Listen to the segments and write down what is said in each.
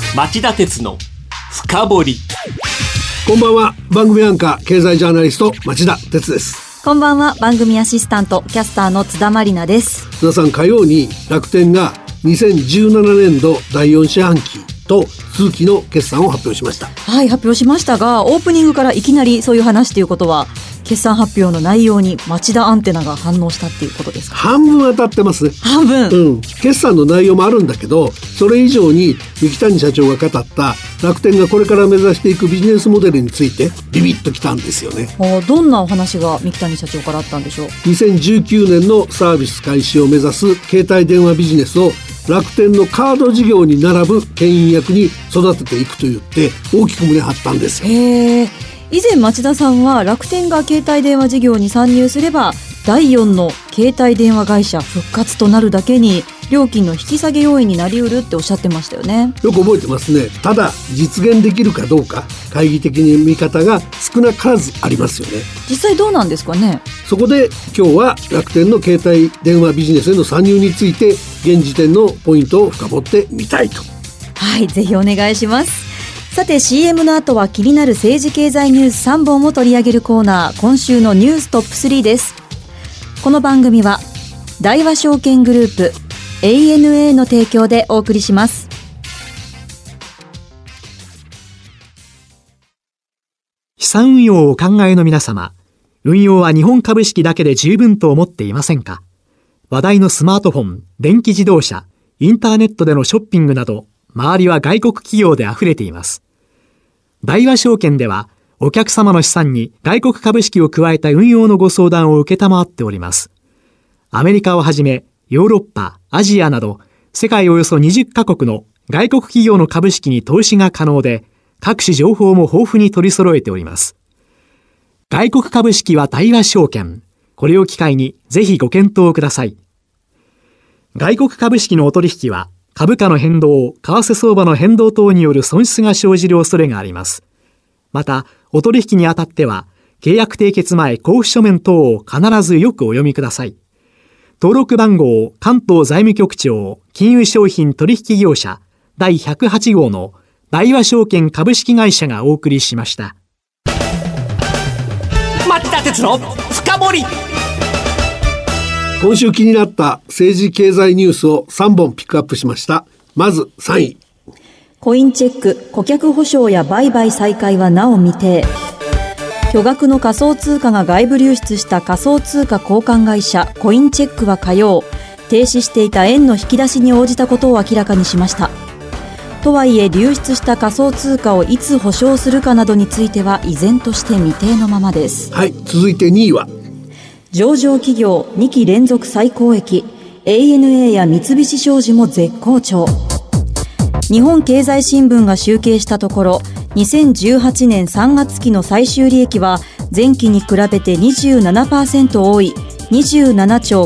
町田鉄の深掘り。 こんばんは。番組アンカー経済ジャーナリスト町田鉄です。 こんばんは。番組アシスタントキャスターの津田まりなです。 津田さん、火曜に楽天が2017年度第4四半期と通期の決算を発表しました。 はい、発表しましたが、オープニングからいきなりそういう話ということは、決算発表の内容に町田アンテナが反応したっていうことですか？ 半分当たってますね。 半分、 決算の内容もあるんだけど、それ以上に三木谷社長が語った楽天がこれから目指していくビジネスモデルについてビビッときたんですよね。 どんなお話が三木谷社長からあったんでしょう？ 2019年のサービス開始を目指す携帯電話ビジネスを楽天のカード事業に並ぶ牽引役に育てていくと言って大きく胸張ったんですよ。 以前町田さんは楽天が携帯電話事業に参入すれば第4の携帯電話会社復活となるだけに料金の引き下げ要因になりうるっておっしゃってましたよね。 よく覚えてますね。ただ実現できるかどうか懐疑的に見方が少なからずありますよね。 実際どうなんですかね。 そこで今日は楽天の携帯電話ビジネスへの参入について現時点のポイントを深掘ってみたいと。 はい、ぜひお願いします。さて CM の後は気になる政治経済ニュース3本を取り上げるコーナー、今週のニューストップ3です。この番組は大和証券グループ ANA の提供でお送りします。 資産運用をお考えの皆様、運用は日本株式だけで十分と思っていませんか？話題のスマートフォン、電気自動車、インターネットでのショッピングなど、周りは外国企業で溢れています。大和証券では、お客様の資産に外国株式を加えた運用のご相談を受けたまわっております。アメリカをはじめ、ヨーロッパ、アジアなど、世界およそ20カ国の外国企業の株式に投資が可能で、各種情報も豊富に取り揃えております。外国株式は大和証券。これを機会にぜひご検討ください。外国株式のお取引は、株価の変動、為替相場の変動等による損失が生じる恐れがあります。また、お取引にあたっては、契約締結前交付書面等を必ずよくお読みください。登録番号、関東財務局長、金融商品取引業者、第108号の大和証券株式会社がお送りしました。 町田鉄の深掘り。 今週気になった政治経済ニュースを3本ピックアップしました。まず3位。 コインチェック、顧客保証や売買再開はなお未定。巨額の仮想通貨が外部流出した仮想通貨交換会社コインチェックは火曜、停止していた円の引き出しに応じたことを明らかにしました。とはいえ流出した仮想通貨をいつ保証するかなどについては依然として未定のままです。 はい、続いて2位は上場企業2期連続最高益、 ANA や三菱商事も絶好調。日本経済新聞が集計したところ、2018年3月期の最終利益は前期に比べて 27% 多い27兆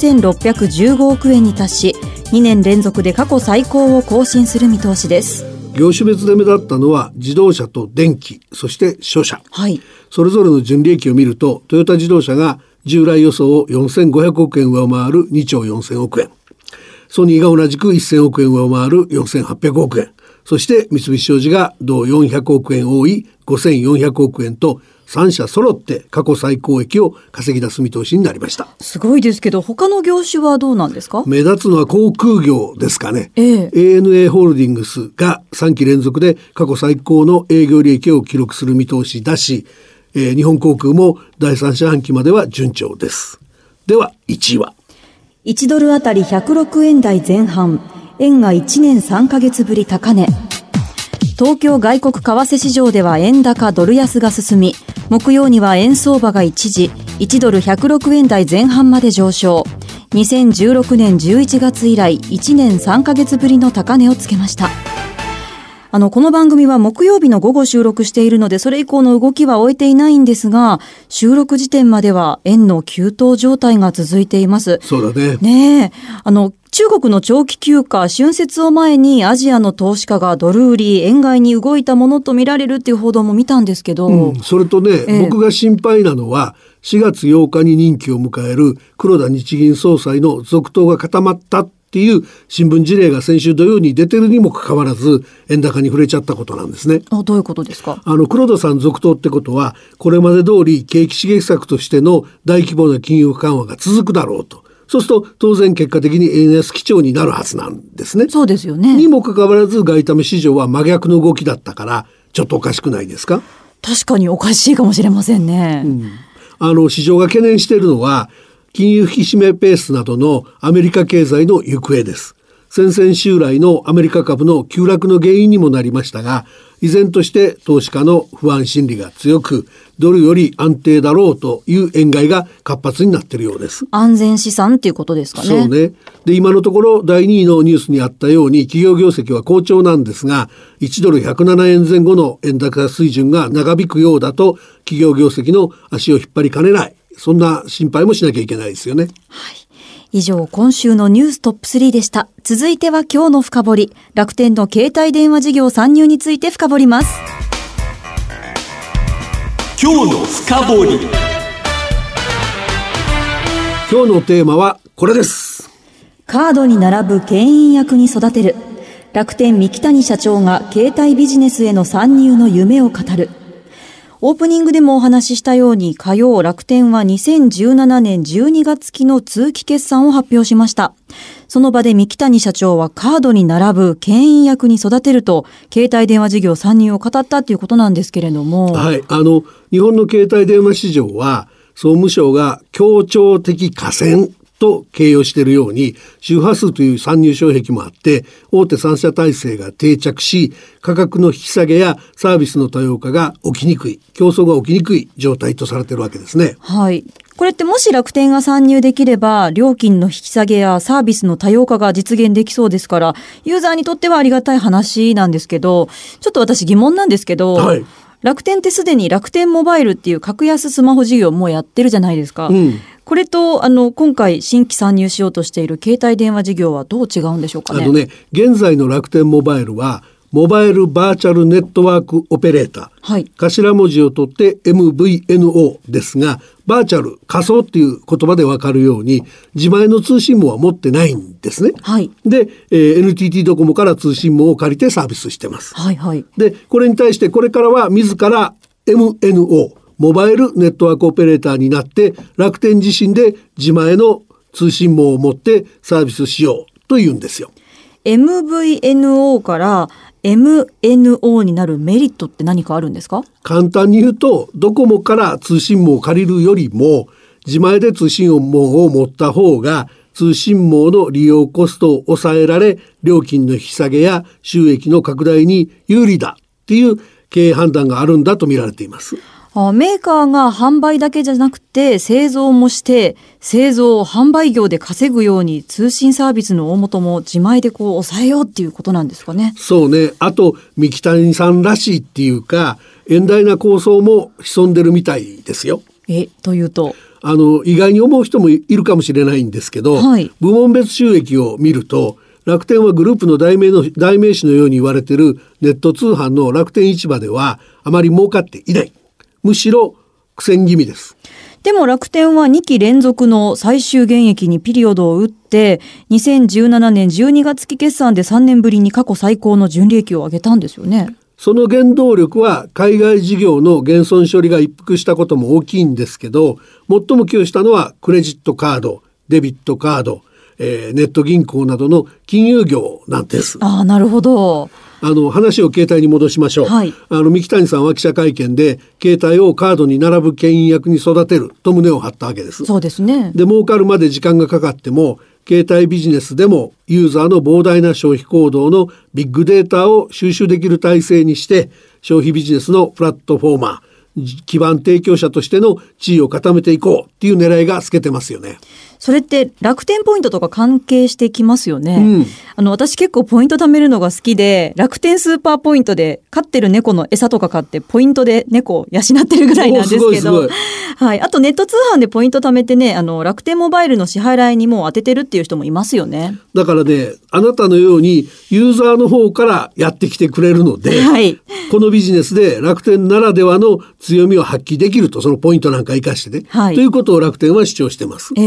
9615億円に達し、2年連続で過去最高を更新する見通しです。 業種別で目立ったのは自動車と電機、そして商社、 はい、 それぞれの純利益を見るとトヨタ自動車が従来予想を4500億円上回る2兆4000億円、ソニーが同じく1000億円上回る4800億円、そして三菱商事が同400億円多い5400億円と3社揃って過去最高益を稼ぎ出す見通しになりました。 すごいですけど、他の業種はどうなんですか？ 目立つのは航空業ですかね。ANA ホールディングスが3期連続で過去最高の営業利益を記録する見通しだし、日本航空も第3四半期までは順調です。では1位は 1ドルあたり106円台前半、円が1年3ヶ月ぶり高値。東京外国為替市場では円高ドル安が進み、木曜には円相場が一時1ドル106円台前半まで上昇。2016年11月以来1年3ヶ月ぶりの高値をつけました。この番組は木曜日の午後収録しているので、それ以降の動きは終えていないんですが、収録時点までは円の急騰状態が続いています。 そうだね。 ねえ、中国の長期休暇、春節を前にアジアの投資家がドル売り、円買いに動いたものと見られるっていう報道も見たんですけど、 それとね、僕が心配なのは4月8日に任期を迎える黒田日銀総裁の続投が固まったっていう新聞事例が先週土曜に出てるにもかかわらず円高に触れちゃったことなんですね。 どういうことですか？ 黒田さん続投ってことはこれまで通り景気刺激策としての大規模な金融緩和が続くだろうと。そうすると当然結果的に円安基調になるはずなんですね。 そうですよね。 にもかかわらず外為市場は真逆の動きだったからちょっとおかしくないですか？ 確かにおかしいかもしれませんね。 市場が懸念しているのは金融引き締めペースなどのアメリカ経済の行方です。先々週来のアメリカ株の急落の原因にもなりましたが、依然として投資家の不安心理が強く、ドルより安定だろうという円買いが活発になっているようです。 安全資産っていうことですかね。 そうね。で、今のところ第2位のニュースにあったように企業業績は好調なんですが、1ドル107円前後の円高水準が長引くようだと企業業績の足を引っ張りかねない。そんな心配もしなきゃいけないですよね。 はい。以上、今週のニューストップ3でした。続いては今日の深掘り。楽天の携帯電話事業参入について深掘ります。 今日の深掘り。 今日のテーマはこれです。 カードに並ぶ牽引役に育てる。楽天三木谷社長が携帯ビジネスへの参入の夢を語る。オープニングでもお話ししたように火曜楽天は2017年12月期の通期決算を発表しました。その場で三木谷社長はカードに並ぶ牽引役に育てると携帯電話事業参入を語ったということなんですけれども。 はい。日本の携帯電話市場は総務省が協調的寡占と形容しているように周波数という参入障壁もあって大手3社体制が定着し価格の引き下げやサービスの多様化が起きにくい競争が起きにくい状態とされているわけですね。 はい。これってもし楽天が参入できれば料金の引き下げやサービスの多様化が実現できそうですからユーザーにとってはありがたい話なんですけどちょっと私疑問なんですけど、はい、楽天ってすでに楽天モバイルっていう格安スマホ事業もやってるじゃないですか。これと今回新規参入しようとしている携帯電話事業はどう違うんでしょうかね。 現在の楽天モバイルはモバイルバーチャルネットワークオペレーター、はい、頭文字を取って MVNO ですがバーチャル仮想っていう言葉で分かるように自前の通信網は持ってないんですね。はい、で、NTT ドコモから通信網を借りてサービスしてます。はいはい、でこれに対してこれからは自ら MNOモバイルネットワークオペレーターになって楽天自身で自前の通信網を持ってサービスしようというんですよ。 MVNO から MNO になるメリットって何かあるんですか？ 簡単に言うとドコモから通信網を借りるよりも自前で通信網を持った方が通信網の利用コストを抑えられ料金の引き下げや収益の拡大に有利だっていう経営判断があるんだと見られています。 メーカーが販売だけじゃなくて製造もして製造販売業で稼ぐように通信サービスの大元も自前で抑えようっていうことなんですかね。 そうね。あと三木谷さんらしいっていうか遠大な構想も潜んでるみたいですよ。 というと意外に思う人もいるかもしれないんですけど、はい、部門別収益を見ると楽天はグループの代名詞のように言われているネット通販の楽天市場ではあまり儲かっていない。むしろ苦戦気味です。 でも楽天は2期連続の最終減益にピリオドを打って2017年12月期決算で3年ぶりに過去最高の純利益を上げたんですよね。 その原動力は海外事業の減損処理が一服したことも大きいんですけど最も寄与したのはクレジットカード、デビットカード、ネット銀行などの金融業なんです。 なるほど。 話を携帯に戻しましょう。はい、三木谷さんは記者会見で携帯をカードに並ぶ牽引役に育てると胸を張ったわけです。 そうですね。 で儲かるまで時間がかかっても携帯ビジネスでもユーザーの膨大な消費行動のビッグデータを収集できる体制にして消費ビジネスのプラットフォーマー基盤提供者としての地位を固めていこうっていう狙いが透けてますよね。 それって楽天ポイントとか関係してきますよね。私結構ポイント貯めるのが好きで楽天スーパーポイントで飼ってる猫の餌とか買ってポイントで猫を養ってるぐらいなんですけど、はい、あとネット通販でポイント貯めてね楽天モバイルの支払いにもう当ててるっていう人もいますよね。 だからねあなたのようにユーザーの方からやってきてくれるので、はい、このビジネスで楽天ならではの強みを発揮できるとそのポイントなんか生かしてね、はい、ということを楽天は主張してます。で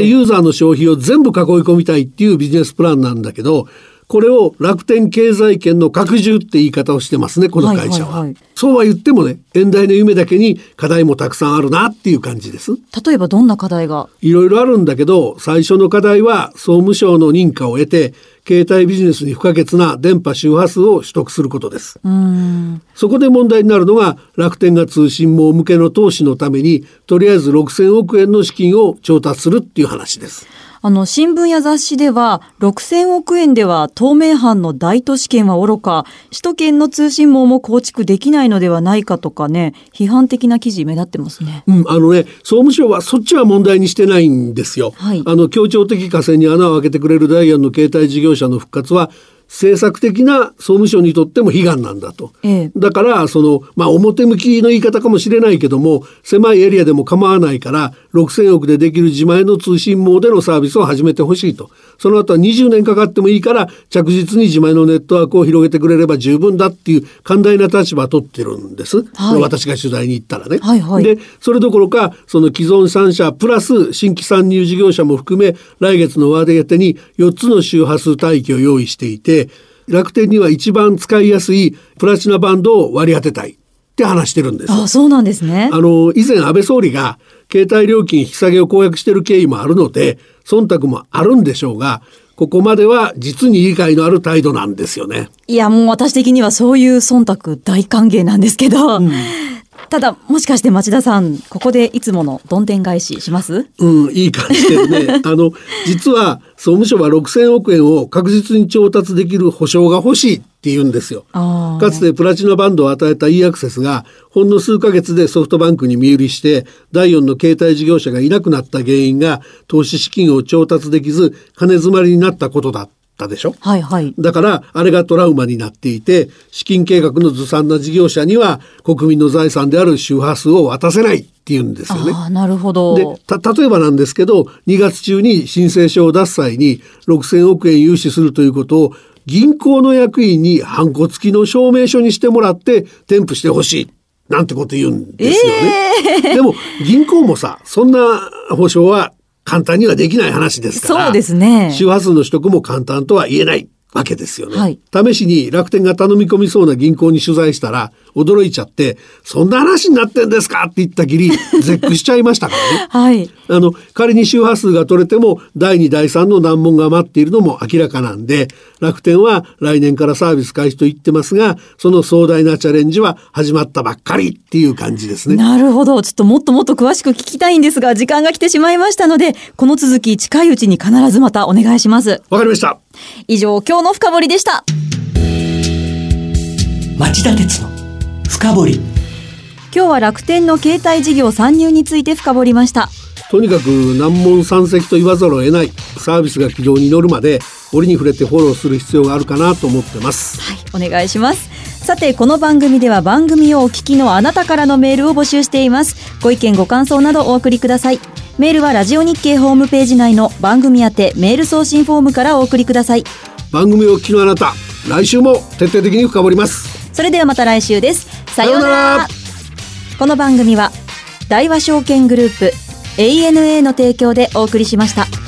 ユーザーの消費を全部囲い込みたいっていうビジネスプランなんだけど、これを楽天経済圏の拡充って言い方をしてますね、この会社は。そうは言ってもね、遠大の夢だけに課題もたくさんあるなっていう感じです。 例えばどんな課題が？ いろいろあるんだけど、最初の課題は総務省の認可を得て、携帯ビジネスに不可欠な電波周波数を取得することです。そこで問題になるのが、楽天が通信網向けの投資のためにとりあえず6000億円の資金を調達するっていう話です。 新聞や雑誌では6000億円では東名阪の大都市圏はおろか、首都圏の通信網も構築できないのではないかとかね、批判的な記事目立ってますね。 総務省はそっちは問題にしてないんですよ。協調的河川に穴を開けてくれるダイヤの携帯事業者の復活は政策的な総務省にとっても悲願なんだと。だから表向きの言い方かもしれないけども、狭いエリアでも構わないから6000億でできる自前の通信網でのサービスを始めてほしいと。その後は20年かかってもいいから着実に自前のネットワークを広げてくれれば十分だっていう寛大な立場を取ってるんです、私が取材に行ったらね、でそれどころかその既存3社プラス新規参入事業者も含め来月の上手に4つの周波数帯域を用意していて、楽天には一番使いやすいプラチナバンドを割り当てたいって話してるんです。 そうなんですね。 以前安倍総理が携帯料金引き下げを公約している経緯もあるので忖度もあるんでしょうが、ここまでは実に理解のある態度なんですよね。 いや、もう私的にはそういう忖度大歓迎なんですけど、ただもしかして町田さん、ここでいつものどんでん返しします？ いい感じですね。実は総務省は6000億円を確実に調達できる保証が欲しいって言うんですよ。かつてプラチナバンドを与えた e アクセスがほんの数ヶ月でソフトバンクに身売りして第4の携帯事業者がいなくなった原因が投資資金を調達できず金詰まりになったことだったでしょ。だからあれがトラウマになっていて、資金計画のずさんな事業者には国民の財産である周波数を渡せないっていうんですよね。 なるほど。 で例えばなんですけど、2月中に申請書を出す際に6000億円融資するということを銀行の役員にハンコ付きの証明書にしてもらって添付してほしいなんてこと言うんですよね。でも銀行もさ、そんな保証は簡単にはできない話ですから、 そうですね、 周波数の取得も簡単とは言えないわけですよね。試しに楽天が頼み込みそうな銀行に取材したら驚いちゃって、そんな話になってんですかって言ったきり絶句しちゃいましたからね。仮に周波数が取れても第2第3の難問が待っているのも明らかなんで、楽天は来年からサービス開始と言ってますが、その壮大なチャレンジは始まったばっかりっていう感じですね。 なるほど。ちょっともっともっと詳しく聞きたいんですが、時間が来てしまいましたので、この続き近いうちに必ずまたお願いします。 わかりました。 以上、今日の深掘りでした。 町田鉄の深掘り。 今日は楽天の携帯事業参入について深掘りました。 とにかく難問山積と言わざるを得ないサービスが軌道に乗るまで折に触れてフォローする必要があるかなと思ってます。 お願いします。さて、この番組では番組をお聞きのあなたからのメールを募集しています。ご意見ご感想などお送りください。メールはラジオ日経ホームページ内の番組宛てメール送信フォームからお送りください。 番組をお聞きのあなた、来週も徹底的に深掘ります。 それではまた来週です。さようなら。この番組は大和証券グループ ANA の提供でお送りしました。